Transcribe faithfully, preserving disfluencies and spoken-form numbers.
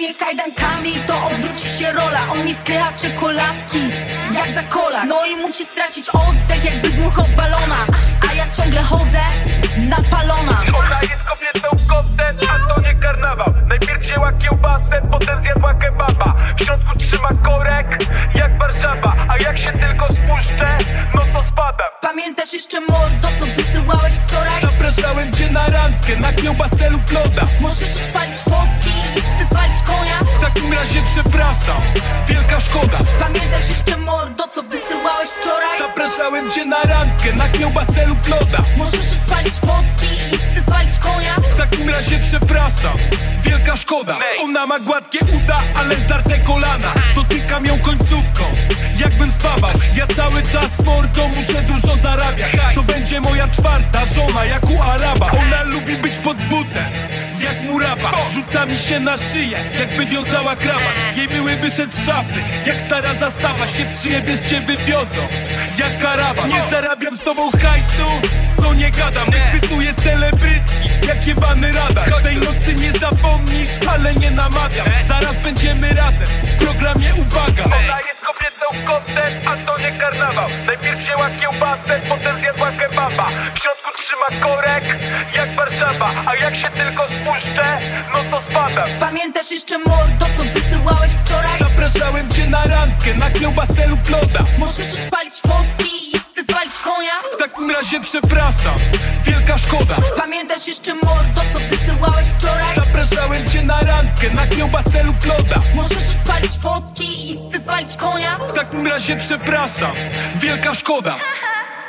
mnie kajdankami, to odwróci się rola. On mi wpycha czekoladki jak za kola. No i musi stracić oddech, jakby dmuchał balona. A ja ciągle chodzę napalona. Ona jest kobietą kotem, a to nie karnawał. Najpierw wzięła kiełbasę, potem zjadła kebaba. W środku trzyma korek jak Warszawa. A jak się tylko spuszczę, no to spadam. Pamiętasz jeszcze mordo, co wysyłałeś wczoraj? Zapraszałem cię na randkę, na kiełbasę lub loda. Możesz odpalić fotki i chcę zwalić konia? W takim razie przepraszam, wielka szkoda. Pamiętasz jeszcze mordo, co wysyłałeś wczoraj? Zapraszałem cię na randkę, na kiełbasę lub loda. Możesz odpalić fotki i chcę zwalić konia? W takim razie przepraszam, wielka szkoda. Ona ma gładkie uda, ale zdarte kolana. Dotykam ją końcówką, jakbym spawał. Ja cały czas mordo muszę dużo zarabiać. To będzie moja czwarta żona, jak u Araba. Ona lubi być pod butem, jak muraba. Rzuca mi się na szyję, jakby wiązała krawat. Jej były wyszedł z szafy, jak stara zastawa. Się przyjebiesz, cię wywiozą, jak karawan. Nie zarabiam z tobą hajsu, to nie gadam. Wypytuję celebrytki, jak jebany radar. Tej nocy nie zapomnisz, ale nie namawiam. Zaraz będziemy razem, w programie uwaga. Ona jest kobietą kotem, a to nie karnawał. Najpierw wzięła kiełbasę, potem zjadła kebaba. W środku trzyma korek jak Warszawa. A jak się tylko spuszczę, no to spadam. Pamiętasz jeszcze mordo, co wysyłałeś wczoraj? Zapraszałem cię na randkę, na kiełbasę lub loda. Możesz odpalić fotki i chcę zwalić konia? W takim razie przepraszam, wielka szkoda. Pamiętasz jeszcze mordo, co wysyłałeś wczoraj? Zapraszałem cię na randkę, na kiełbasę lub loda. Możesz odpalić fotki i chcę zwalić konia? W takim razie przepraszam, wielka szkoda.